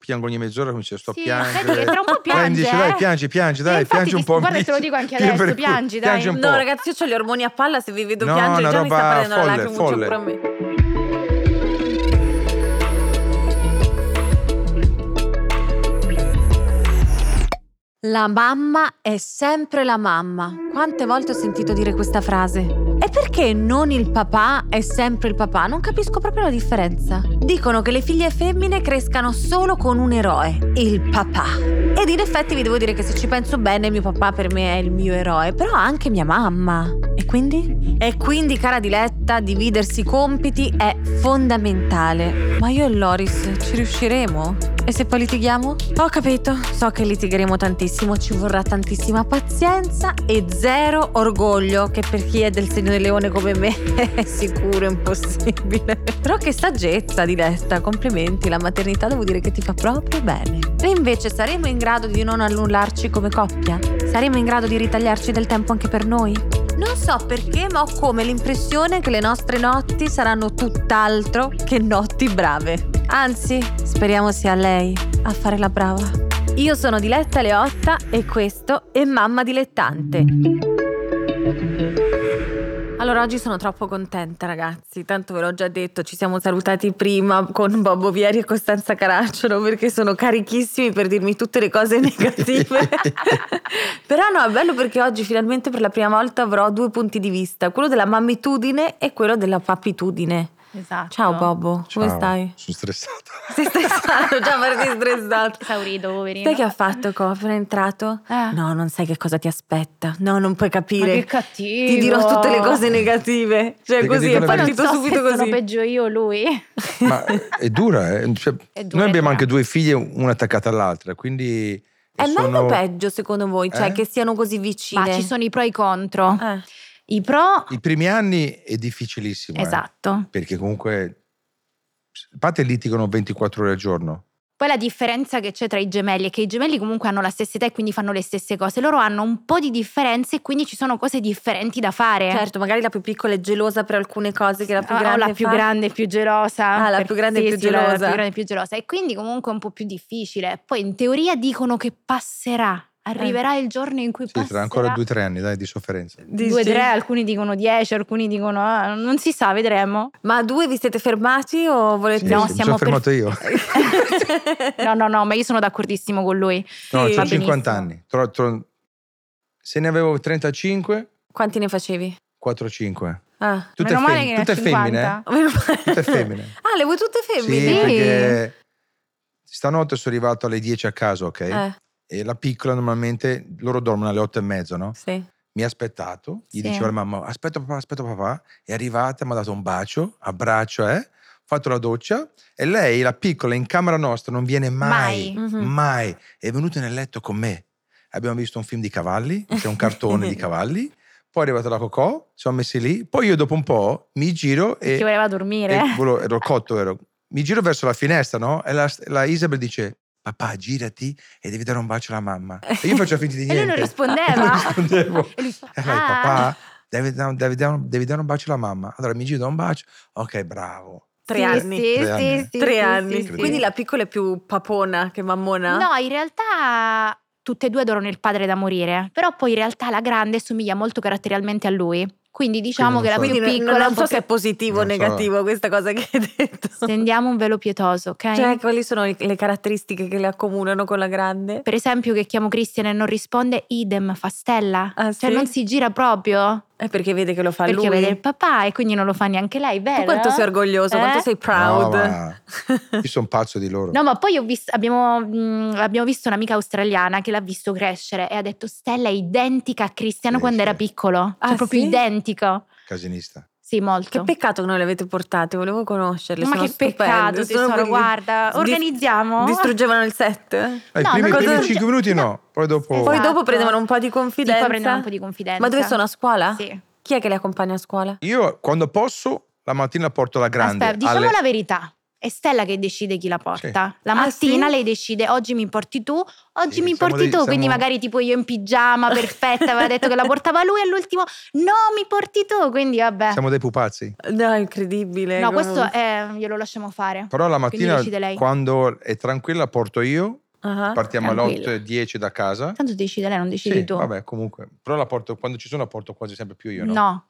piango ogni mezz'ora, comincio sto a Sì, piangere. vedi che tra un po' Lei mi dice, piange, dai, piangi, dai, infatti piangi un po'. guarda, te lo dico anche adesso, piangi, dai. Piangi un po'. No, ragazzi, io ho gli ormoni a palla, se vi vedo No, piangere una già mi sta roba prendendo la folle, lacrimuccia folle. pure a me. La mamma è sempre la mamma. Quante volte ho sentito dire questa frase? E perché non il papà è sempre il papà? Non capisco proprio la differenza. Dicono che le figlie femmine crescano solo con un eroe, il papà. Ed in effetti vi devo dire che se ci penso bene, mio papà per me è il mio eroe, però anche mia mamma. E quindi? E quindi, cara Diletta, dividersi i compiti è fondamentale. Ma io e Loris ci riusciremo? E se poi litighiamo? Ho capito, so che litigheremo tantissimo, ci vorrà tantissima pazienza e zero orgoglio, che per chi è del segno del leone come me è sicuro impossibile. Però che saggezza, Diletta, complimenti, la maternità devo dire che ti fa proprio bene. E invece saremo in grado di non annullarci come coppia? Saremo in grado di ritagliarci del tempo anche per noi? Non so perché, ma ho come l'impressione che le nostre notti saranno tutt'altro che notti brave. Anzi, speriamo sia lei a fare la brava. Io sono Diletta Leotta e questo è Mamma Dilettante. Allora, oggi sono troppo contenta, ragazzi. Tanto ve l'ho già detto, ci siamo salutati prima con Bobbo Vieri e Costanza Caracciolo perché sono carichissimi per dirmi tutte le cose negative. Però no, è bello perché oggi finalmente per la prima volta avrò due punti di vista, quello della mammitudine e quello della papitudine. Esatto. Ciao Bobbo, come Ciao, stai? Sono stressato. Sei stressato? Già parti stressato. Esaurito, poverino. Sai che ha fatto appena entrato? No, non sai che cosa ti aspetta. No, non puoi capire. Ma che cattivo. Ti dirò tutte le cose negative. Cioè Perché così dico è la partito Non so subito se così. sono peggio io o lui. Ma è dura, eh? Cioè, È dura, noi abbiamo è dura. anche due figlie, una attaccata all'altra, quindi È sono... meglio o peggio secondo voi? Cioè Eh? che siano così vicine? Ma ci sono i pro e i contro. Eh. I pro, I primi anni è difficilissimo. esatto. Perché comunque, a parte litigano 24 ore al giorno. Poi la differenza che c'è tra i gemelli è che i gemelli comunque hanno la stessa età e quindi fanno le stesse cose. Loro hanno un po' di differenze e quindi ci sono cose differenti da fare. Certo, magari la più piccola è gelosa per alcune cose che la più O grande la più fa. grande è più gelosa. Ah, la più grande è più Sì, la gelosa. più grande è più gelosa. E quindi comunque è un po' più difficile. Poi in teoria dicono che passerà. Arriverà il giorno in cui Sì, passerà. tra ancora 2 o 3 anni, dai, di sofferenza. Dici? 2, 3, alcuni dicono 10, alcuni dicono non si sa, vedremo. Ma a 2 vi siete fermati o volete... Sì, No, sì, mi siamo sono fermato io. No, ma io sono d'accordissimo con lui. No, va ho 50 benissimo. anni. Se ne avevo 35, Quanti ne facevi? 4-5. Ah. Tutte Meno male che ne ha tutte 50. femmine, eh? Meno male. Tutte femmine. Ah, le vuoi tutte Sì, femmine? perché stanotte sono arrivato alle 10 a casa, ok? Eh, E la piccola normalmente, loro dormono alle 8:30, no? sì. Mi ha aspettato, gli Sì. dicevo alla mamma, aspetta papà, è arrivata, mi ha dato un bacio, abbraccio, ho fatto la doccia e lei, la piccola, in camera nostra non viene mai, Mai. Mhm. mai, è venuta nel letto con me. Abbiamo visto un film di cavalli, c'è un cartone di cavalli, poi è arrivata la Cocò, ci siamo messi lì, poi io dopo un po' mi giro Chi e voleva dormire. ero cotto, mi giro verso la finestra, no? E la Isabel dice, papà, girati e devi dare un bacio alla mamma. E io faccio finta di E niente. lui non rispondeva. Non rispondevo. E lui fa, E lei, papà, devi dare un bacio alla mamma. Allora mi giro, do un bacio. Ok, bravo. 3 Sì, anni. sì, 3 anni. sì, sì, 3 sì, anni. sì, sì. Quindi la piccola è più papona che mammona? No, in realtà tutte e due adorano il padre da morire. Però poi in realtà la grande somiglia molto caratterialmente a lui. Quindi diciamo Quindi che la non so. più Quindi piccola non è un so po' se è positivo o Non so. negativo questa cosa che hai detto. stendiamo un velo pietoso, ok? Cioè, quali sono le caratteristiche che le accomunano con la grande? Per esempio che chiamo Christian e non risponde, idem, fa stella. Ah, Cioè sì? non si gira proprio. È perché vede che lo fa Perché lui. vede il papà e quindi non lo fa neanche lei, vero? Tu quanto sei orgoglioso, quanto sei proud. No, ma io sono pazzo di loro. No, ma poi abbiamo visto un'amica australiana che l'ha visto crescere e ha detto Stella è identica a Cristiano Sì, quando sì. era piccolo. Cioè Ah, proprio sì? identico. Casinista. Sì, molto. Che peccato che non le avete portate, volevo conoscerle. Ma sono che stupende, peccato, sono tesoro, bellissime. guarda, organizziamo. Distruggevano il set? I No, primi non cosa- 5 minuti no, poi dopo... Esatto. Poi dopo prendevano un po' di Sì, confidenza. poi prendevano un po' di confidenza. Ma dove sono, a scuola? Sì. Chi è che le accompagna a scuola? Io quando posso, la mattina porto la grande. Aspetta, diciamo alle... la verità. È Stella che decide chi la porta. Sì. La mattina sì? lei decide: oggi mi porti tu, oggi Sì, mi siamo porti tu. dei- Quindi siamo- magari tipo io in pigiama, perfetta, aveva detto che la portava lui, e all'ultimo no, mi porti tu. Quindi vabbè. Siamo dei pupazzi. No, è incredibile. No, questo comunque. glielo lasciamo fare. Però la Quindi mattina, decide lei. quando è tranquilla, porto io. Ah. Partiamo alle Tranquilla. 8:10 da casa. Tanto decide lei, non decidi Sì, tu. vabbè, comunque. Però la porto, quando ci sono la porto quasi sempre più io, no? No,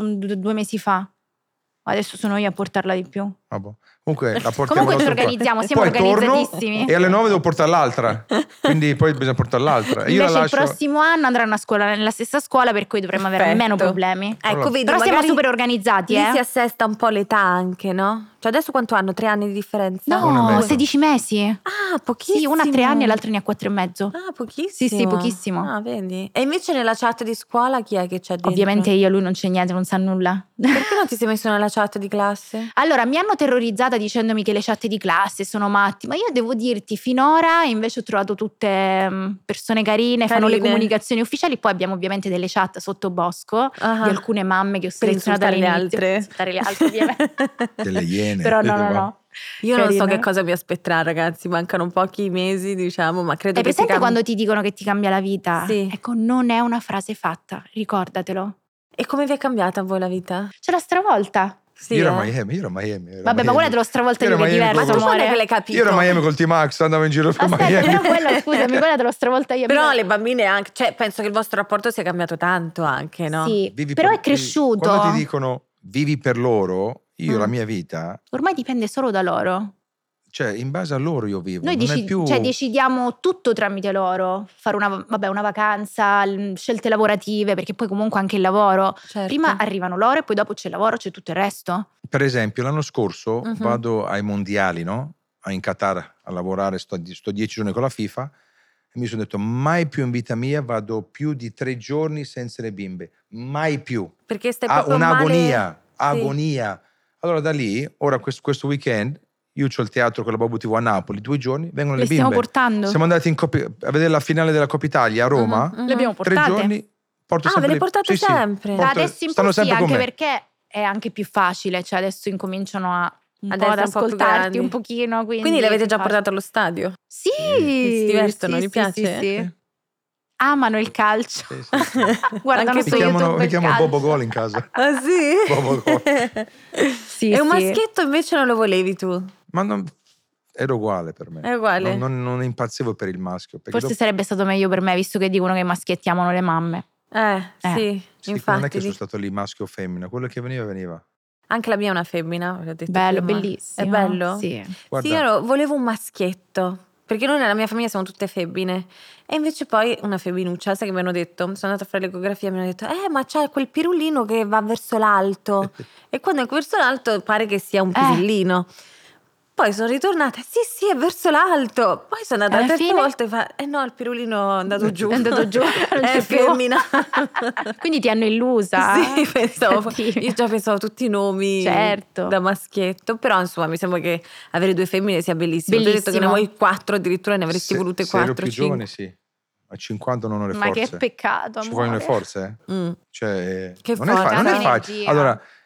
2 mesi fa. Adesso sono io a portarla di più. Vabbè. Comunque la portiamo Comunque ci all'otto e organizziamo, siamo poi torno organizzatissimi. e alle 9 devo portare l'altra. Quindi poi bisogna portare l'altra. E io Invece la lascio. il prossimo anno andranno a scuola nella stessa scuola, per cui dovremmo avere Perfetto. meno problemi. Ecco, vedi, Però siamo magari super organizzati, lì si assesta un po' l'età anche, no? Cioè adesso quanto hanno? 3 anni di differenza? Uno e No, mezzo. 16 mesi. Ah, pochissimo. Sì, una ha 3 anni e l'altra ne ha 4 e mezzo. Ah, pochissimo. Sì, sì, pochissimo. Ah, vedi. E invece nella chat di scuola chi è che c'è dentro? Ovviamente io, lui non c'è niente, non sa nulla. Perché non ti sei messo nella chat di classe? Allora, mi hanno terrorizzata dicendomi che le chat di classe sono matti, ma io devo dirti, finora invece ho trovato tutte persone carine, fanno le Carine. comunicazioni ufficiali, poi abbiamo ovviamente delle chat sotto bosco Ah. di alcune mamme che ho Per selezionato insultare le all'inizio. altre. Per insultare le altre, ovviamente. Delle iene. Però no. Io non so Carina. che cosa mi aspetterà, ragazzi, mancano pochi mesi, diciamo, ma credo Hai che si presente cambi. quando ti dicono che ti cambia la vita? Sì. Ecco, non è una frase fatta, ricordatelo. E come vi è cambiata a voi la vita? Ce l'ha stravolta. Sì, Io ero a eh? Miami, ero a Miami. Vabbè, ma quella te l'ho stravolta Io io, ero che è a Miami diverso, con- Ma quando è che amore. l'hai capito? Io ero a Miami col T-Max, andavo in giro per Aspetta, Miami. però quella, scusami, quella te l'ho stravolta io. Però le bambine anche, cioè penso che il vostro rapporto sia cambiato tanto anche, no? Sì, Vivi però per- è cresciuto. Quando ti dicono vivi per loro, io la mia vita, Ormai dipende solo da loro. cioè in base a loro io vivo. Noi non è più... decidiamo tutto tramite loro. Fare una vacanza, scelte lavorative, perché poi comunque anche il lavoro. Certo. Prima arrivano loro e poi dopo c'è il lavoro, c'è tutto il resto. Per esempio, l'anno scorso Mhm. vado ai mondiali, no? In Qatar a lavorare, sto 10 giorni con la FIFA e mi sono detto mai più in vita mia vado più di 3 giorni senza le bimbe, mai più. Perché stai proprio Un'agonia, male. agonia. Allora da lì, ora questo weekend, io c'ho il teatro con la Bobo TV a Napoli, 2 giorni, vengono Le le stiamo bimbe. portando. Siamo andati a vedere la finale della Coppa Italia a Roma, Mhm, mhm. Le abbiamo 3 portate. giorni, porto Ah, sempre ve le portate sì, sempre? Da adesso in stanno poi sì, sempre con anche me. perché è anche più facile, cioè adesso incominciano ad essere un po' più ascoltarti grandi. un pochino. Quindi le avete è già facile. portato allo stadio? Sì, Si divertono, sì, gli sì, piace? sì. Amano il calcio. Sì, sì, sì. Guardano Anche su Mi tu. chiamano, YouTube mi il chiamano calcio. Bobo Gol in casa. Ah sì? Bobo Gol. Sì, E un sì. maschietto invece non lo volevi tu? Ma era uguale per me. È uguale? Non impazzivo per il maschio. Perché Forse sarebbe stato meglio per me, visto che dicono che i maschietti amano le mamme. Sì, sì, infatti. non è che sono stato lì maschio o femmina, quello che veniva. Anche la mia è una femmina, l'ho detto Bello, prima. bellissimo. È bello? Sì. Guarda, Sì, io volevo un maschietto, perché noi nella mia famiglia siamo tutte femmine. E invece poi una femminuccia, sai che mi hanno detto? Sono andata a fare l'ecografia e mi hanno detto ma c'è quel pirulino che va verso l'alto. E quando è verso l'alto pare che sia un pisellino. Poi sono ritornata, sì, è verso l'alto. Poi sono andata Alla la terza fine? volta e fa, no, il pirulino è andato giù. È andato giù, non È c'è più. femmina. Quindi ti hanno illusa? Sì, pensavo, Cattivi. io già pensavo a tutti i nomi Certo. da maschietto, però insomma mi sembra che avere 2 femmine sia bellissimo. Tu hai detto che ne Bellissimo. vuoi 4, addirittura ne avresti volute se ero 4, più 5. giovane, sì. A 50 non ho le Ma forze. che peccato, Ci amore. vogliono le forze? Mm. Cioè, Che non è forza. non è Tanta facile. energia.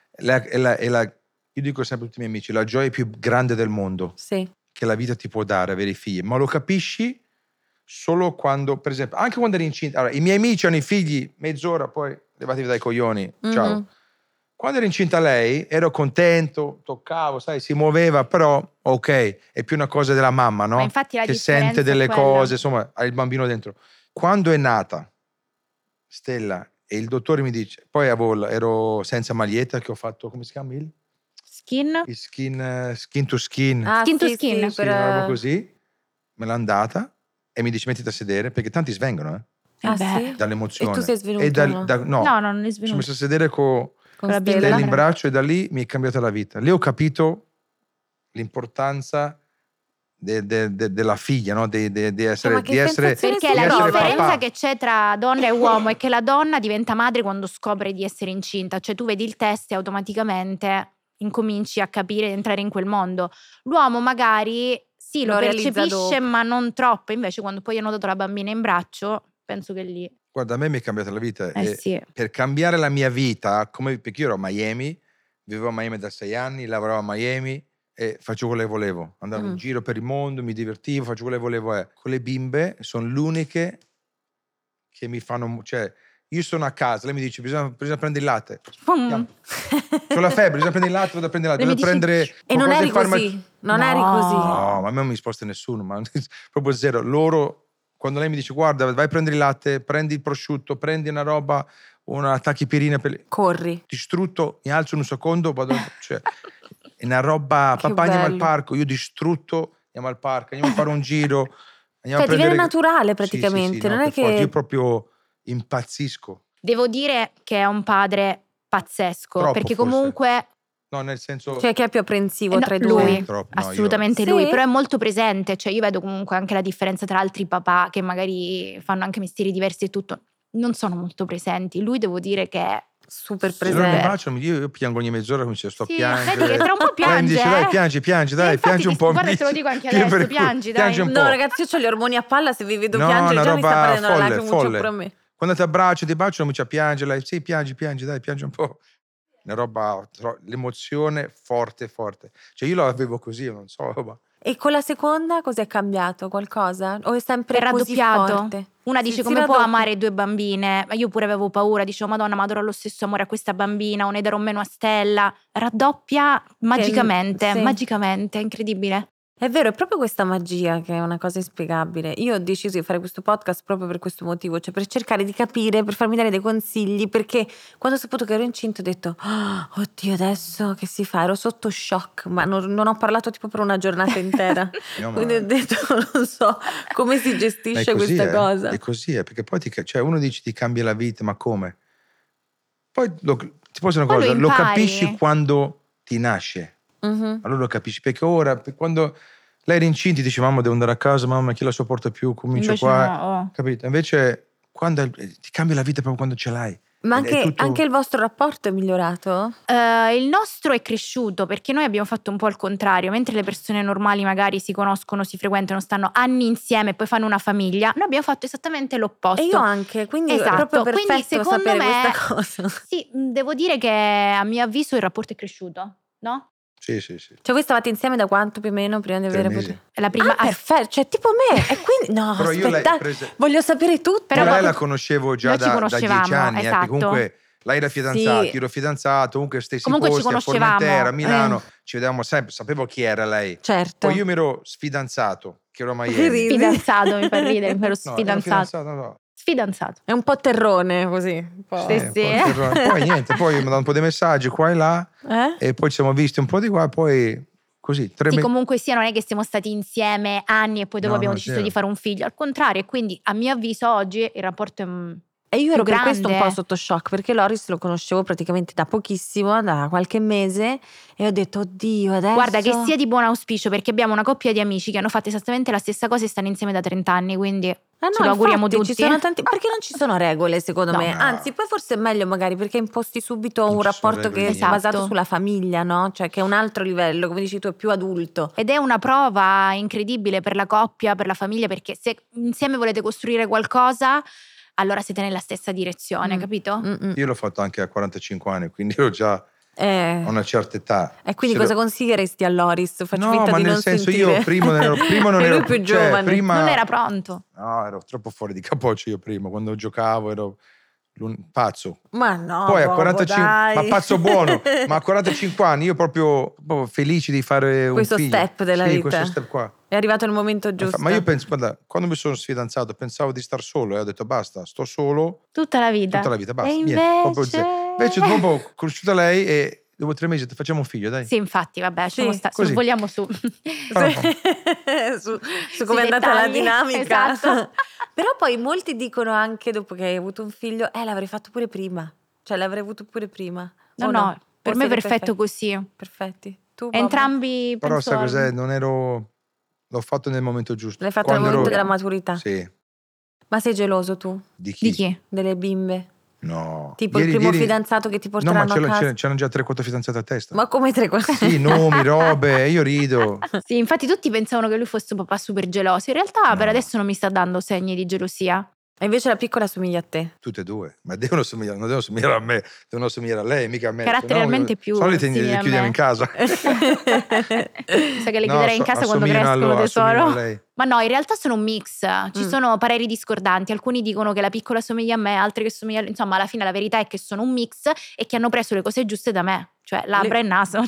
Allora, io dico sempre a tutti i miei amici, la gioia più grande del mondo Sì. che la vita ti può dare, avere i figli, ma lo capisci solo quando, per esempio, anche quando eri incinta. Allora, i miei amici hanno i figli, mezz'ora, poi levatevi dai coglioni, ciao. Mhm. Quando era incinta lei, ero contento, toccavo, sai, si muoveva, però ok, è più una cosa della mamma, no? Ma infatti la che differenza sente è delle quella. cose, insomma, ha il bambino dentro. Quando è nata Stella e il dottore mi dice, poi ero senza maglietta, che ho fatto, come si chiama il Skin? skin to skin, Ah, Skin to sì, skin. sì, sì, una roba così, me l'ha andata e mi dice mettiti a sedere, perché tanti svengono, Ah, beh. sì? dall'emozione. E tu sei svenuto, E no? no, No, non è mi sono svenuto. messo a sedere con Con la Stella? Stella. in braccio e da lì mi è cambiata la vita. Lì ho capito l'importanza della figlia, no? di essere, ma che di essere, sensazione Perché si la di essere prova? differenza papà. che c'è tra donna e uomo è che la donna diventa madre quando scopre di essere incinta, cioè tu vedi il test e automaticamente incominci a capire e entrare in quel mondo. L'uomo magari sì, lo realizza percepisce, dopo. ma non troppo. Invece quando poi hanno dato la bambina in braccio, penso che lì Guarda, a me mi è cambiata la vita. E sì. per cambiare la mia vita, perché io ero a Miami, vivevo a Miami da 6 anni, lavoravo a Miami e faccio quello che volevo. Andavo in giro per il mondo, mi divertivo, faccio quello che volevo. Con le bimbe sono l'uniche che mi fanno... Cioè, io sono a casa, lei mi dice bisogna prendere il latte. C'ho la febbre, bisogna prendere il latte, vado a prendere il latte. Prendere e non eri così, non eri così. No, ma a me non mi sposta nessuno, ma proprio zero. Loro, quando lei mi dice guarda, vai a prendere il latte, prendi il prosciutto, prendi una roba, una tachipirina, corri. Distrutto, mi alzo in un secondo, vado, cioè, è una roba, papà andiamo al parco, io distrutto, andiamo al parco, andiamo a fare un giro. Cioè ti viene naturale praticamente, sì, non no, è che... Io proprio impazzisco. Devo dire che è un padre pazzesco, Troppo, perché forse. comunque... No, nel senso... Cioè che è più apprensivo tra i lui, due? assolutamente lui, però è molto presente, cioè io vedo comunque anche la differenza tra altri papà che magari fanno anche mestieri diversi e tutto, non sono molto presenti. Lui devo dire che è super Se loro mi presente. baciano, io piango ogni mezz'ora, come se sto a Sì, piangere. vedi che tra un po' piange, Lei mi dice dai piangi, dai, infatti piangi un po'. guarda, te lo dico anche adesso, piangi, dai. un po'. No ragazzi, io ho gli ormoni a palla, se vi vedo No, piangere una già mi sta roba prendendo la folle, lacrimuccia folle. pure a me. Quando ti abbraccio, ti bacio, comincia a piangere, lei, sì, piangi, dai, piangi un po'. Una roba, l'emozione forte. Cioè io lo avevo così, non so, ma... E con la seconda cos'è cambiato? Qualcosa? O è sempre È così raddoppiato. forte? Una Si dice come può raddoppia. amare 2 bambine, ma io pure avevo paura, dicevo Madonna, ma darò lo stesso amore a questa bambina o ne darò meno a Stella. Raddoppia magicamente, sì. magicamente, è incredibile. È vero, è proprio questa magia che è una cosa inspiegabile. Io ho deciso di fare questo podcast proprio per questo motivo, cioè per cercare di capire, per farmi dare dei consigli, perché quando ho saputo che ero incinta ho detto oh, oddio, adesso che si fa? Ero sotto shock, ma non ho parlato tipo per una giornata intera. No, Quindi ho detto non so come si gestisce questa cosa. È così, perché poi cioè uno dice ti cambia la vita, ma come? Poi ti posso dire una Poi cosa, lo lo impari. capisci quando ti nasce. Mhm. Allora lo capisci, perché ora quando lei era incinta dice mamma devo andare a casa, mamma chi la sopporta più, comincio Invece qua, no, oh. capito? Invece quando ti cambia la vita proprio quando ce l'hai. Ma È tutto- anche il vostro rapporto è migliorato? Il nostro è cresciuto perché noi abbiamo fatto un po' il contrario, mentre le persone normali magari si conoscono, si frequentano, stanno anni insieme e poi fanno una famiglia, noi abbiamo fatto esattamente l'opposto. E io anche, quindi Esatto, è proprio quindi perfetto secondo sapere me- questa cosa. Sì, devo dire che a mio avviso il rapporto è cresciuto, no? Sì. Cioè voi stavate insieme da quanto più o meno prima di 3 avere mesi. È la prima... perfetto, cioè tipo me. E quindi no, Però io lei aspettate, voglio sapere tutto. Però lei proprio- la conoscevo già noi ci da conoscevamo, 10 anni, esatto. perché comunque lei era fidanzata, Sì. io ero fidanzato, comunque stessi Comunque ci posti a conoscevamo. Formentera, a Milano, ci vedevamo sempre, sapevo chi era lei. Certo. Poi io mi ero sfidanzato, che ero a Miami. Che ridi. Fidanzato, mi fa ridere, mi ero No, ero sfidanzato. no. Sfidanzato. È un po' terrone così. Un po'. Sì, sì. Poi niente, poi mi ha dato un po' di messaggi qua e là, e poi ci siamo visti un po' di qua, poi così, 3 Sì, mesi. comunque sia, non è che siamo stati insieme anni e poi dopo No, abbiamo no, deciso zero. di fare un figlio. Al contrario, e quindi a mio avviso oggi il rapporto è E io ero più per questo un grande. po' sotto shock, perché Loris lo conoscevo praticamente da pochissimo, da qualche mese, e ho detto oddio adesso. Guarda che sia di buon auspicio, perché abbiamo una coppia di amici che hanno fatto esattamente la stessa cosa e stanno insieme da 30 anni, quindi ce lo auguriamo infatti, tutti. Ci sono tanti, perché non ci sono regole secondo No. me, anzi poi forse è meglio magari perché imposti subito Non un ci sono rapporto che regole è basato Esatto. sulla famiglia, no? Cioè che è un altro livello, come dici tu, è più adulto. Ed è una prova incredibile per la coppia, per la famiglia, perché se insieme volete costruire qualcosa, allora siete nella stessa direzione, capito? Io l'ho fatto anche a 45 anni, quindi ero già a E una certa età. quindi cosa consiglieresti a Loris? Faccio No, finta ma di nel non senso sentire. io prima non ero E lui ero più cioè, giovane. prima Non era pronto. No, ero troppo fuori di capoccio io prima, quando giocavo ero pazzo. Ma no, Poi a Bobo, 45, dai. ma pazzo buono, ma a 45 anni io proprio felice di fare Questo un figlio. step della Sì, vita. questo step qua. È arrivato il momento giusto. Ma io penso, guarda, quando mi sono sfidanzato pensavo di star solo e ho detto basta, sto solo Tutta la vita. basta. E niente, proprio invece... zero. Invece dopo ho conosciuto lei e dopo 3 mesi facciamo un figlio, dai. Sì, infatti, vabbè, lasciamo Sì, se così. vogliamo su. su come è andata la dettagli, dinamica. esatto. Però poi molti dicono anche dopo che hai avuto un figlio, l'avrei fatto pure prima. Cioè l'avrei avuto pure prima. No, O no, per O me è siete perfetto così. perfetti. Tu, Bob? Entrambi Però penso sai cos'è? Non ero... L'ho fatto nel momento giusto. L'hai fatto nel Quando momento ero- della maturità. Sì. Ma sei geloso tu Di chi? Di chi? delle bimbe? No. Tipo il primo fidanzato che ti No, ma porteranno a casa? c'erano già 3-4 fidanzate a testa. Ma come 3 cose? Sì, nomi, robe, io rido. Sì, infatti tutti pensavano che lui fosse un papà super geloso. In realtà per No. adesso non mi sta dando segni di gelosia. E invece la piccola somiglia a te. Tutte e due, ma non devono somigliare a me, devono somigliare a lei, mica a me. Caratterialmente più Solo li simile a chiudiamo me. in casa. Sa che le chiuderei in casa quando crescono, tesoro. a lei. Ma no, in realtà sono un mix, ci sono pareri discordanti, alcuni dicono che la piccola somiglia a me, altri che somiglia, insomma alla fine la verità è che sono un mix e che hanno preso le cose giuste da me, cioè labbra e naso.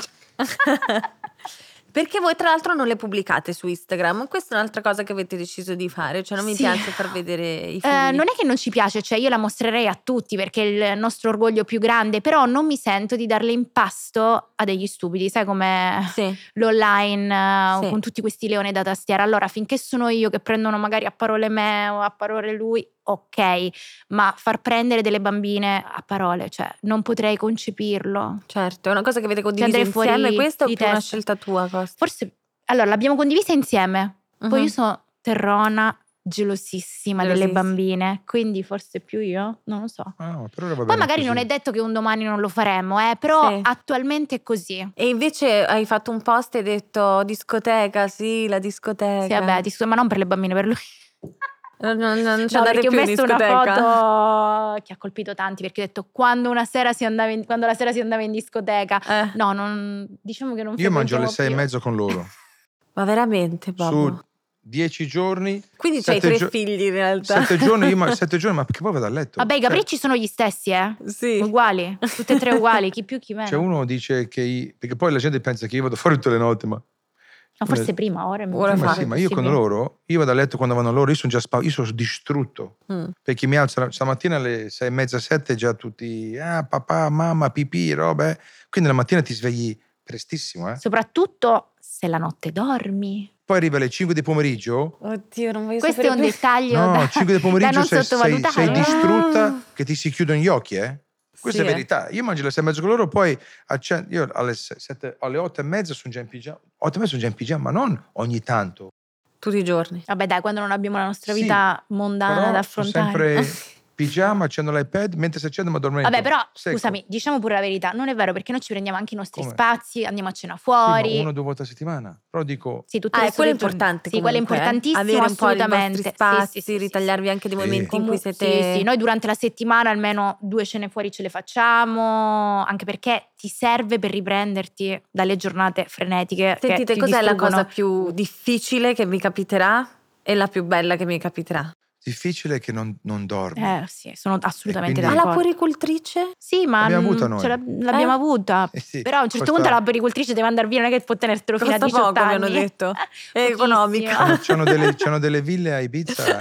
Perché voi tra l'altro non le pubblicate su Instagram, questa è un'altra cosa che avete deciso di fare, cioè non mi Sì. piace far vedere i figli. Non è che non ci piace, cioè io la mostrerei a tutti perché è il nostro orgoglio più grande, però non mi sento di darle in pasto a degli stupidi, sai come Sì. l'online Sì. con tutti questi leoni da tastiera. Allora finché sono io che prendono magari a parole me o a parole lui, ok, ma far prendere delle bambine a parole, cioè non potrei concepirlo. Certo, è una cosa che avete condiviso andrei fuori insieme questa o di più una testa. scelta tua, Costa? Forse, allora l'abbiamo condivisa insieme, poi Mhm. io sono terrona, gelosissima delle Gelosissima. bambine, quindi forse più io, non lo so. No, però va Poi bene magari così. non è detto che un domani non lo faremo, però Sì. attualmente è così. E invece hai fatto un post e hai detto discoteca, sì, la discoteca. Sì, vabbè, ma non per le bambine, per lui. Non ci No, andare perché ho più in messo una discoteca. foto che ha colpito tanti, perché ho detto quando la sera si andava in discoteca. No, diciamo che non Io mangio alle frequentiamo più. 6:30 con loro. Ma veramente, Su Babbo? 10 giorni. Quindi c'hai 3 figli in realtà. 7 giorni, ma perché poi vado a letto? Vabbè, i capricci sono gli stessi, Sì. uguali, tutte e tre uguali, chi più chi meno. Cioè uno dice che perché poi la gente pensa che io vado fuori tutte le notti, ma No, forse prima, ora Ora ma fa. sì, ma io con loro, io vado a letto quando vanno loro, io sono già io sono distrutto. Perché mi alzo stamattina alle 6:30, 7 già tutti papà, mamma, pipì, robe. Quindi la mattina ti svegli prestissimo, Soprattutto se la notte dormi. Poi arriva alle 5 di pomeriggio. Oddio, non voglio Questo è sapere un più. dettaglio No, da 5 di pomeriggio non sei sottovalutare. distrutta che ti si chiudono gli occhi, Questa Sì, è verità. Io mangio alle 6:30 con loro, poi io alle 8:30 sono già in pigiama. 8:30 sono già in pigiama, ma non ogni tanto. Tutti i giorni. Vabbè dai, quando non abbiamo la nostra Sì, vita mondana però da affrontare. sono sempre pigiama, accendo l'iPad, mentre si accende mi addormento. Vabbè, però Secco. scusami, diciamo pure la verità, non è vero perché noi ci prendiamo anche i nostri Come? spazi, andiamo a cena Sì, ma fuori. 1 o 2 volte a settimana. Però dico, Sì, tutto il resto quello è del giorno. importante Sì, quello è comunque, importantissimo, avere un po' i assolutamente. vostri spazi, Sì, sì, sì, ritagliarvi anche dei Sì. momenti in cui Sì, siete... sì, noi durante la settimana almeno 2 cene fuori ce le facciamo, anche perché ti serve per riprenderti dalle giornate frenetiche. Sentite, che ti cos'è la distruggono. cosa più difficile che mi capiterà e la più bella che mi capiterà? difficile che non dormi. Sì, sono assolutamente E quindi- Ma la d'accordo. puericultrice? Sì, ma L'abbiamo avuta noi. l'abbiamo avuta. Sì, Però a un certo costa- punto la puericultrice deve andare via, non è che può tenertelo fino a Costa 18 poco, mi anni. hanno detto. È Pochissimo. economica. C'hanno delle ville a Ibiza.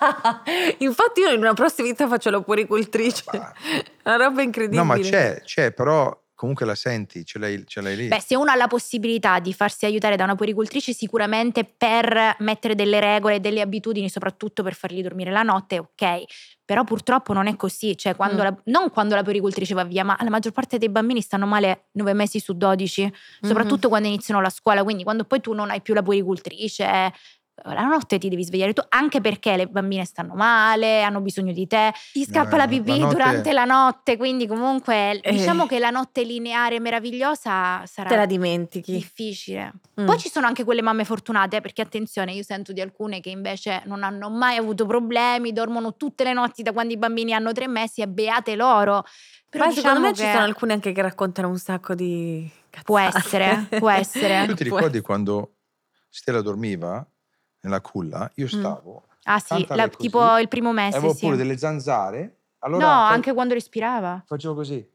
Infatti io in una prossima vita faccio la puericultrice. Una roba incredibile. No, ma c'è, però comunque la senti, ce l'hai lì. Beh, se uno ha la possibilità di farsi aiutare da una puericultrice, sicuramente per mettere delle regole e delle abitudini, soprattutto per fargli dormire la notte, ok. Però purtroppo non è così, cioè non quando la puericultrice va via, ma la maggior parte dei bambini stanno male 9 mesi su 12, soprattutto quando iniziano la scuola, quindi quando poi tu non hai più la puericultrice, la notte ti devi svegliare tu, anche perché le bambine stanno male, hanno bisogno di te, ti scappa la pipì la notte- durante la notte, quindi comunque diciamo che la notte lineare meravigliosa sarà Te la dimentichi. difficile. Poi ci sono anche quelle mamme fortunate, perché attenzione, io sento di alcune che invece non hanno mai avuto problemi, dormono tutte le notti da quando i bambini hanno 3 mesi e beate loro. Però Ma diciamo secondo me che ci sono alcune anche che raccontano un sacco di cazzate. può essere. Tu ti ricordi quando Stella dormiva nella culla? Io stavo. Ah sì, accanto a lei così, tipo il primo mese, avevo sì. pure delle zanzare. Allora No, anche quando respirava. facevo così.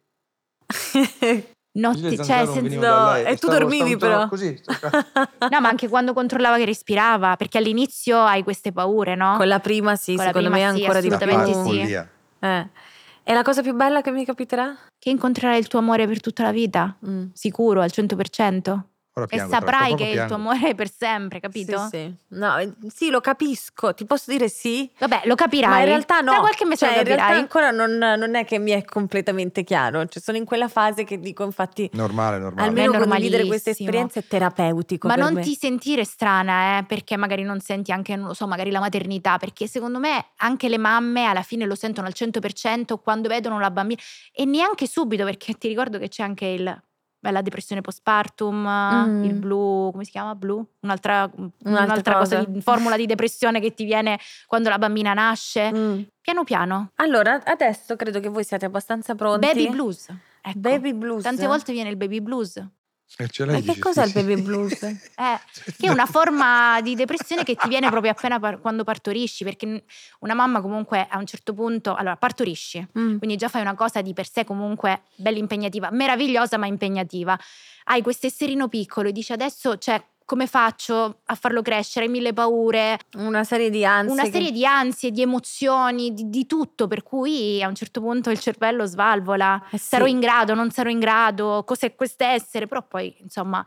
Notti, Le cioè, zanzare non senza... venivano da lei. e tu dormivi però. Così. No, ma anche quando controllava che respirava, perché all'inizio hai queste paure, no? Con la prima sì, Con la secondo prima me sì, ancora di più. assolutamente sì. Follia. E la cosa più bella che mi capiterà? Che incontrerai il tuo amore per tutta la vita, sicuro, al 100%. Ora E piango, saprai tra che poco il tuo piango. amore è per sempre, capito? Sì. No, sì, lo capisco, ti posso dire sì. Vabbè, lo capirai. Ma in realtà no, Tra qualche mese cioè, lo in realtà capirai. ancora non è che mi è completamente chiaro, cioè, sono in quella fase che dico infatti Normale. almeno È condividere queste normalissimo. esperienze è terapeutico Ma per non me. ti sentire strana, perché magari non senti anche, non lo so, magari la maternità, perché secondo me anche le mamme alla fine lo sentono al 100% quando vedono la bambina, e neanche subito, perché ti ricordo che c'è anche il la depressione postpartum, il blu, come si chiama? Blu? Un'altra cosa, formula di depressione che ti viene quando la bambina nasce. Piano piano. Allora, adesso credo che voi siate abbastanza pronti. Baby blues. Ecco. Baby blues. Tante volte viene il baby blues. Ma che cos'è il baby blues? Che è una forma di depressione che ti viene proprio appena quando partorisci, perché una mamma comunque a un certo punto, allora partorisci, quindi già fai una cosa di per sé comunque bella impegnativa, meravigliosa ma impegnativa. Hai questo esserino piccolo e dici adesso, cioè, come faccio a farlo crescere? Hai mille paure. Una serie di ansie. Di ansie, di emozioni, di tutto, per cui a un certo punto il cervello svalvola. Sarò in grado, non sarò in grado, cos'è quest'essere? Però poi, insomma,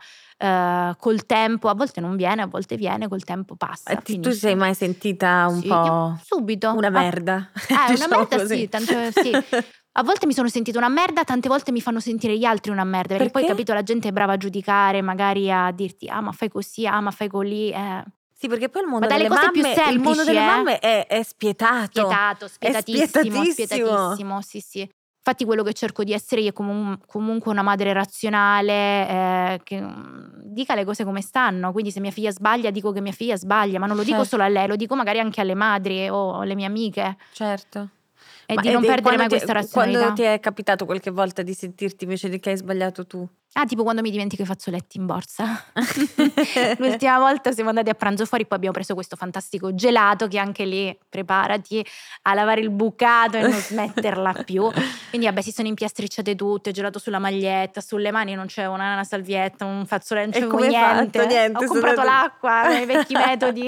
col tempo, a volte non viene, a volte viene, col tempo passa. Tu sei mai sentita un po'? Subito. Una merda. Una merda così. Sì, tanto sì. A volte mi sono sentita una merda, tante volte mi fanno sentire gli altri una merda, perché poi, capito, la gente è brava a giudicare, magari a dirti ma fai così, ma fai così. Sì, perché poi il mondo delle delle cose mamme, più semplici, il mondo delle mamme è spietato. Spietatissimo, sì. Infatti quello che cerco di essere io è comunque una madre razionale, che dica le cose come stanno. Quindi se mia figlia sbaglia, dico che mia figlia sbaglia, ma non lo dico solo a lei, lo dico magari anche alle madri o alle mie amiche. Certo. E di non perdere mai questa razionalità. Quando ti è capitato qualche volta di sentirti invece di che hai sbagliato tu? Tipo quando mi dimentico i fazzoletti in borsa. L'ultima volta siamo andati a pranzo fuori, poi abbiamo preso questo fantastico gelato che anche lì preparati a lavare il bucato e non smetterla più. Quindi vabbè, si sono impiastricciate tutte, gelato sulla maglietta, sulle mani non c'è una salvietta, un fazzoletto, non c'è niente. Ho comprato l'acqua con i vecchi metodi.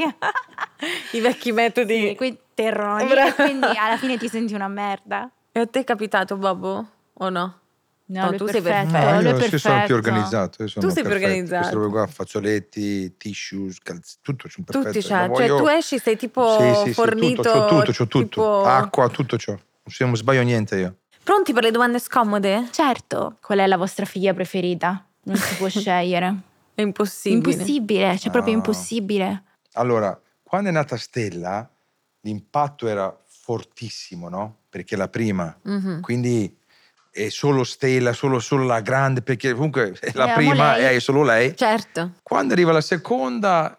I vecchi metodi. Sì, quei terroni. Quindi alla fine ti senti una merda. E a te è capitato, babbo? O no? No, tu sei perfetto. Io sono più organizzato. Tu sei più organizzato. Queste robe qua, fazzoletti, tissues, tutto sono perfetto. Tutti c'ha. Cioè tu esci, sei tipo fornito. C'ho tutto. Tipo... Acqua, tutto c'ho. Non sbaglio niente io. Pronti per le domande scomode? Certo. Qual è la vostra figlia preferita? Non si può scegliere. È impossibile. Impossibile, cioè proprio impossibile. Allora, quando è nata Stella, l'impatto era fortissimo, no? Perché è la prima. Quindi è solo Stella, solo la grande, perché comunque è la prima e è solo lei. Certo. Quando arriva la seconda,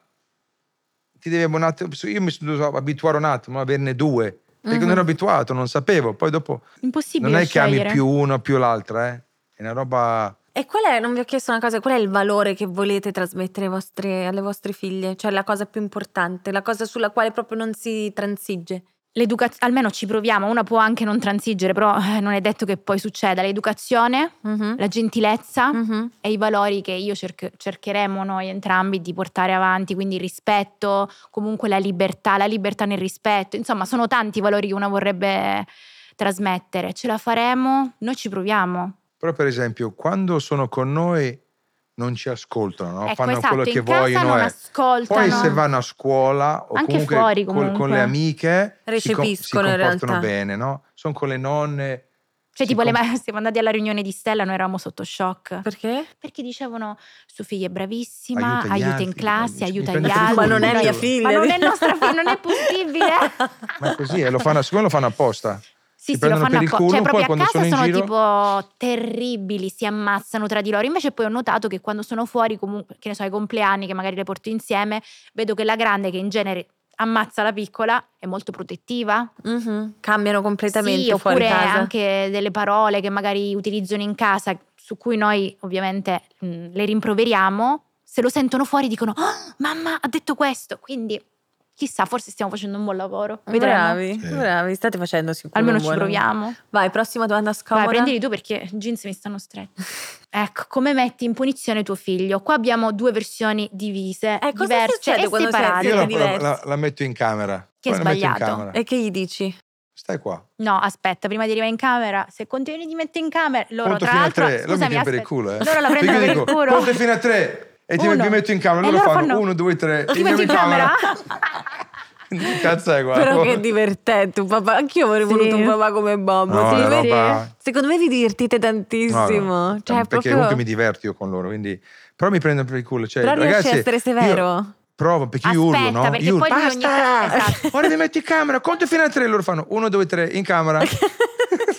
ti devi un attimo, io mi sono dovuto abituare un attimo a averne due, perché non ero abituato, non sapevo. Poi dopo impossibile non è che scegliere. ami più uno più l'altra, è una roba. E non vi ho chiesto una cosa, qual è il valore che volete trasmettere alle vostre figlie? Cioè la cosa più importante, la cosa sulla quale proprio non si transige? Almeno ci proviamo, una può anche non transigere, però non è detto che poi succeda. L'educazione, la gentilezza e i valori che io cercheremo noi entrambi di portare avanti, quindi il rispetto, comunque la libertà nel rispetto, insomma sono tanti valori che una vorrebbe trasmettere. Ce la faremo? Noi ci proviamo. Però per esempio quando sono con noi non ci ascoltano, no? Fanno esatto, quello che in casa vogliono. Non ascoltano. Poi se vanno a scuola o anche comunque, fuori, con le amiche recepiscono si comportano bene, no? Sono con le nonne. Cioè tipo siamo andati alla riunione di Stella, noi eravamo sotto shock. Perché? Perché dicevano sua figlia è bravissima, aiuta in classe, aiuta gli altri. altri. Ma non è mia figlia. Ma non è nostra figlia, non è possibile. Ma è così, lo fanno apposta. Sì, lo fanno apposta. Cioè proprio poi a casa sono giro... tipo terribili, si ammazzano tra di loro. Invece poi ho notato che quando sono fuori, comunque, che ne so, ai compleanni che magari le porto insieme, vedo che la grande, che in genere ammazza la piccola, è molto protettiva. Cambiano completamente fuori casa. Oppure anche delle parole che magari utilizzano in casa, su cui noi ovviamente le rimproveriamo. Se lo sentono fuori dicono mamma ha detto questo, quindi chissà, forse stiamo facendo un buon lavoro. Bravi, state facendo sicuro. Almeno ci proviamo. Vai, prossima domanda scomoda. Vai, prendili tu perché i jeans mi stanno stretti. Ecco, come metti in punizione tuo figlio? Qua abbiamo due versioni divise, diverse e separate. Io la metto in camera. Che è sbagliato. E che gli dici? Stai qua. No, aspetta, prima di arrivare in camera, se continui di mettere in camera, loro conto tra fino l'altro, a 3, scusami, per il culo, loro la prendono per il culo. Conto fino a 3 e ti metto in camera, loro fanno 1, 2, 3. Ti metti in camera? Che cazzo è qua? Però che divertente un papà. Anch'io avrei voluto un papà come Bob. No, secondo me vi divertite tantissimo. No. Cioè, perché proprio... comunque mi diverto io con loro, quindi però mi prendono per il culo. Cioè, però ragazzi, riesci a essere severo? Provo, perché io urlo, no? Perché poi basta! Esatto. Ora ti metti in camera, conto fino a 3, loro fanno 1, 2, 3 in camera. Sì,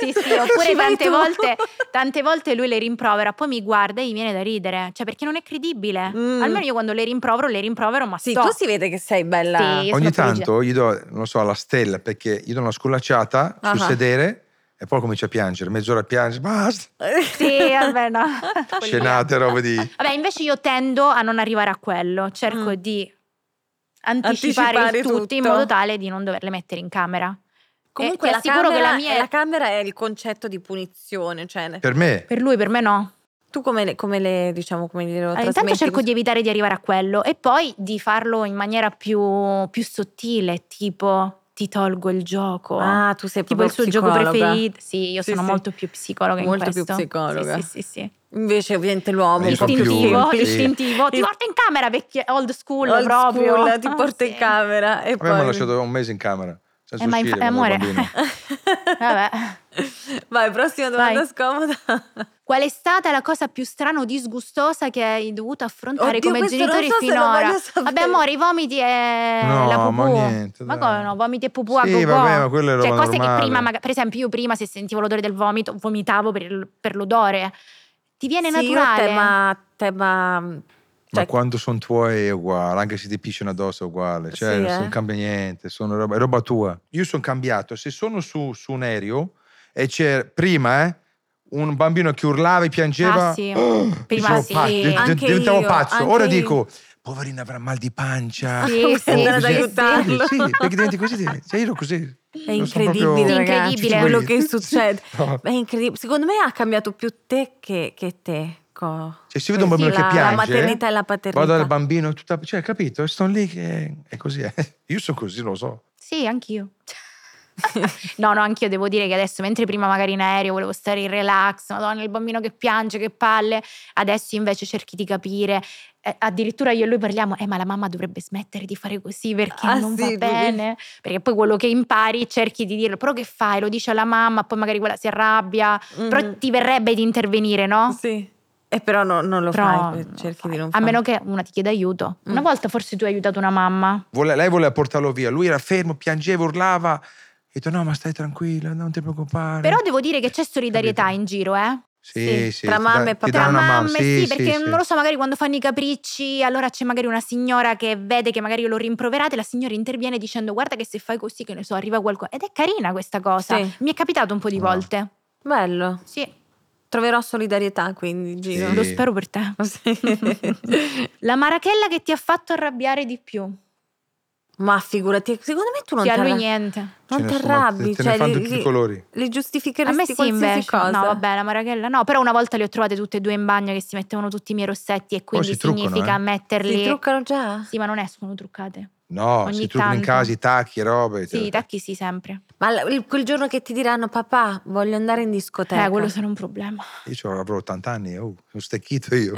Sì, oppure Ci vai tante volte lui le rimprovera, poi mi guarda e gli viene da ridere, cioè perché non è credibile. Almeno io quando le rimprovero, ma Sì, tu si vede che sei bella. Sì, io Ogni sono tanto gli do, non lo so, la stella, perché gli do una sculacciata sul sedere e poi comincia a piangere, mezz'ora a piangere, basta. Sì, vabbè, no. Scenate, robe di... Vabbè, invece io tendo a non arrivare a quello, cerco di anticipare il tutto in modo tale di non doverle mettere in camera. Comunque ti assicuro che la mia la camera è il concetto di punizione, cioè Per me. per lui, per me no. tu come le diciamo, come glielo Allora, intanto trasmetti? cerco di evitare di arrivare a quello e poi di farlo in maniera più sottile, tipo ti tolgo il gioco. Ah, tu sei tipo proprio il suo gioco psicologa. preferito. Sì, io Sì, sono sì. molto più psicologa Molto in più questo. psicologa. Sì. Invece ovviamente l'uomo Io sono più- Istintivo, sì. istintivo. Ti porto in camera, vecchia old school Old proprio. school, ti porto Sì. in camera e A me mi poi ha lasciato un mese in camera, senza ma uscire quando ero amore. bambino. Vabbè. Vai, prossima domanda Vai. scomoda. Qual è stata la cosa più strana o disgustosa che hai dovuto affrontare Oddio, come questo non genitori so se lo finora? voglio sapere. Vabbè, amore, i vomiti e No, la pupù. ma niente, Ma dai. come no? Vomiti e pupù a Sì, go-go. vabbè, ma quello è Cioè, roba cose che normale. prima, per esempio, io prima se sentivo l'odore del vomito, vomitavo per l'odore. Ti viene Sì, naturale? io tema Ma cioè, quando sono tuoi è uguale, anche se ti pisciano addosso è uguale, cioè Sì, non cambia niente, è roba tua. Io sono cambiato, se sono su un aereo e c'è prima un bambino che urlava e piangeva, Ah, sì. prima Prima sì. diventavo io, pazzo. anche Ora io. dico, poverino avrà mal di pancia. Sì, Vuoi sì, andare ad sì, aiutarlo? Sì, perché diventi così, cioè io ero così. È Non sono incredibile, proprio- ragazzi, Incredibile. quello che succede. No. È incredibile. Secondo me ha cambiato più te che te. Cioè, se vedo un bambino Sì, che la piange, maternità e la paternità. vado dal bambino, cioè, capito? E sto lì che è così. Io sono così, lo so. Sì, anch'io. No, anch'io devo dire che adesso, mentre prima magari in aereo volevo stare in relax, madonna, il bambino che piange, che palle, adesso invece cerchi di capire. Addirittura io e lui parliamo, ma la mamma dovrebbe smettere di fare così perché non va sì, bene. Perché poi quello che impari cerchi di dirlo, però che fai? Lo dice alla mamma, poi magari quella si arrabbia, però ti verrebbe di intervenire, no? Sì. E però non lo Però fai, non lo cerchi fai. di non A farlo. meno che una ti chieda aiuto. Una volta forse tu hai aiutato una mamma. Lei voleva portarlo via, lui era fermo, piangeva, urlava. Ho detto no, ma stai tranquilla, non ti preoccupare. Però devo dire che c'è solidarietà Capito? in giro, Sì, Tra mamme e ti papà. dà Tra una mano. mamme, sì, perché non lo so, magari quando fanno i capricci, allora c'è magari una signora che vede che magari lo rimproverate, la signora interviene dicendo guarda che se fai così, che ne so, arriva qualcosa. Ed è carina questa cosa. Sì. Mi è capitato un po' di volte. Bello. Sì, Troverò solidarietà quindi, Gino. Sì. lo spero per te. Sì. La marachella che ti ha fatto arrabbiare di più. Ma figurati, secondo me tu non Sì, a lui t'arrabbi. niente. Non Ce ne ti sono, arrabbi, te ne fanno tutti i colori. li A me giustificheresti sì qualsiasi invece. cosa. No, vabbè, la marachella no. Però una volta le ho trovate tutte e due in bagno che si mettevano tutti i miei rossetti e quindi si truccano, significa metterli. Si truccano già? Sì, ma non escono truccate. No, Ogni si truccano in tanto. casa i tacchi, robe. Sì, i tacchi sì, sempre. Ma quel giorno che ti diranno papà, voglio andare in discoteca. Quello sarà un problema. Io avrò 80 anni, sono stecchito io.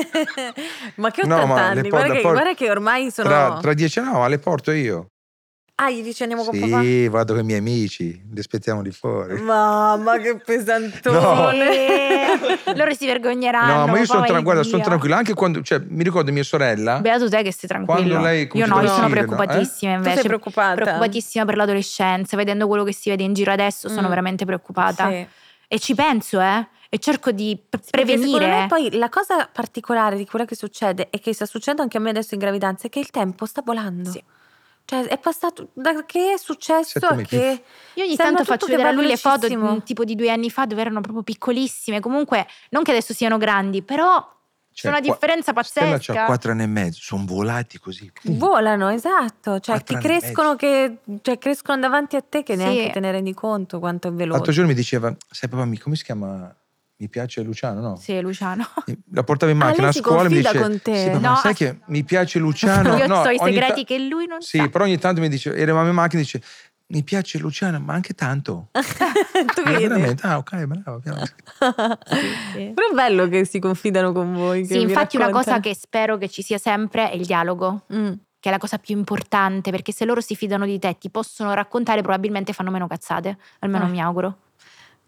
Ma che 80 No, ma anni? le Guarda che ormai sono... Tra 10 anni, no, ma le porto io. Ah, gli dici andiamo con papà? Sì, vado con i miei amici, li aspettiamo di fuori. Mamma, che pesantone. Loro si vergogneranno. No, ma io sono, poi guarda, via. sono tranquillo. Anche quando, cioè, mi ricordo mia sorella. Beato te che sei tranquillo. Quando lei io comincia no, a io sono uscire, no? preoccupatissima Tu invece. sei preoccupata? Preoccupatissima per l'adolescenza. Vedendo quello che si vede in giro adesso sono veramente preoccupata. Sì. E ci penso, e cerco di Perché prevenire. secondo me poi la cosa particolare di quello che succede e che sta succedendo anche a me adesso in gravidanza è che il tempo sta volando. Sì. Cioè è passato da che è successo 7 a mesi. che Io ogni sembra tanto tutto faccio che vedere a va lui le foto velocissimo. tipo di 2 anni fa dove erano proprio piccolissime. Comunque, non che adesso siano grandi, però c'è una differenza Stella pazzesca. c'ha 4 anni e mezzo, sono volati così. Volano, esatto, cioè ti 4 anni e crescono crescono davanti a te che Sì. neanche te ne rendi conto quanto è L'altro veloce. giorno mi diceva, sai papà, come si chiama? Mi piace Luciano, no? Sì, Luciano. La portavo in macchina lei a si scuola e mi confida dice con te? sì, papà, No, sai che mi piace Luciano. Io No, so i ogni segreti che lui non Sì, sa. però ogni tanto mi dice, eravamo in macchina e dice mi piace Luciano, ma anche tanto. Tu vedi? Veramente? Ah, ok, bravo. Piano. Sì. Però è bello che si confidano con voi. che Sì, vi infatti una cosa raccontano. che spero che ci sia sempre è il dialogo, che è la cosa più importante, perché se loro si fidano di te, ti possono raccontare, probabilmente fanno meno cazzate, almeno mi auguro.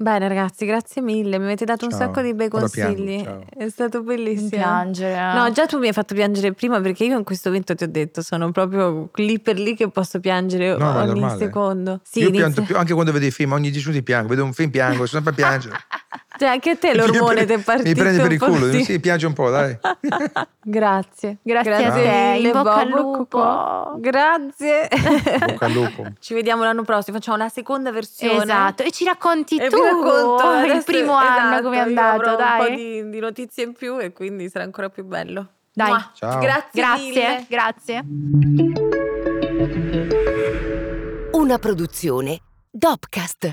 Bene ragazzi, grazie mille, mi avete dato un Ciao. sacco di bei Ora piango, consigli. ciao. È stato bellissimo. Piangere. No, già tu mi hai fatto piangere prima, perché io in questo momento ti ho detto, sono proprio lì per lì che posso piangere No, ma è ogni normale. secondo. Sì, Io pianto inizia- più, anche quando vedo i film, ogni 10 minuti piango, vedo un film piango, sono sempre a piangere. Cioè, anche a te l'ormone ti è partito. Mi prende per il un po' culo, sì. sì, piange un po', dai. Grazie. Grazie a te, in bocca al lupo. Coco. Grazie. Bocca al lupo. Ci vediamo l'anno prossimo, facciamo la seconda versione. Esatto, e ci racconti E tu vi racconto il adesso- primo anno esatto, come è io andato, avrò dai. un po' di notizie in più e quindi sarà ancora più bello. Dai. Mua. Ciao. Grazie mille. Grazie. Una produzione Dopcast.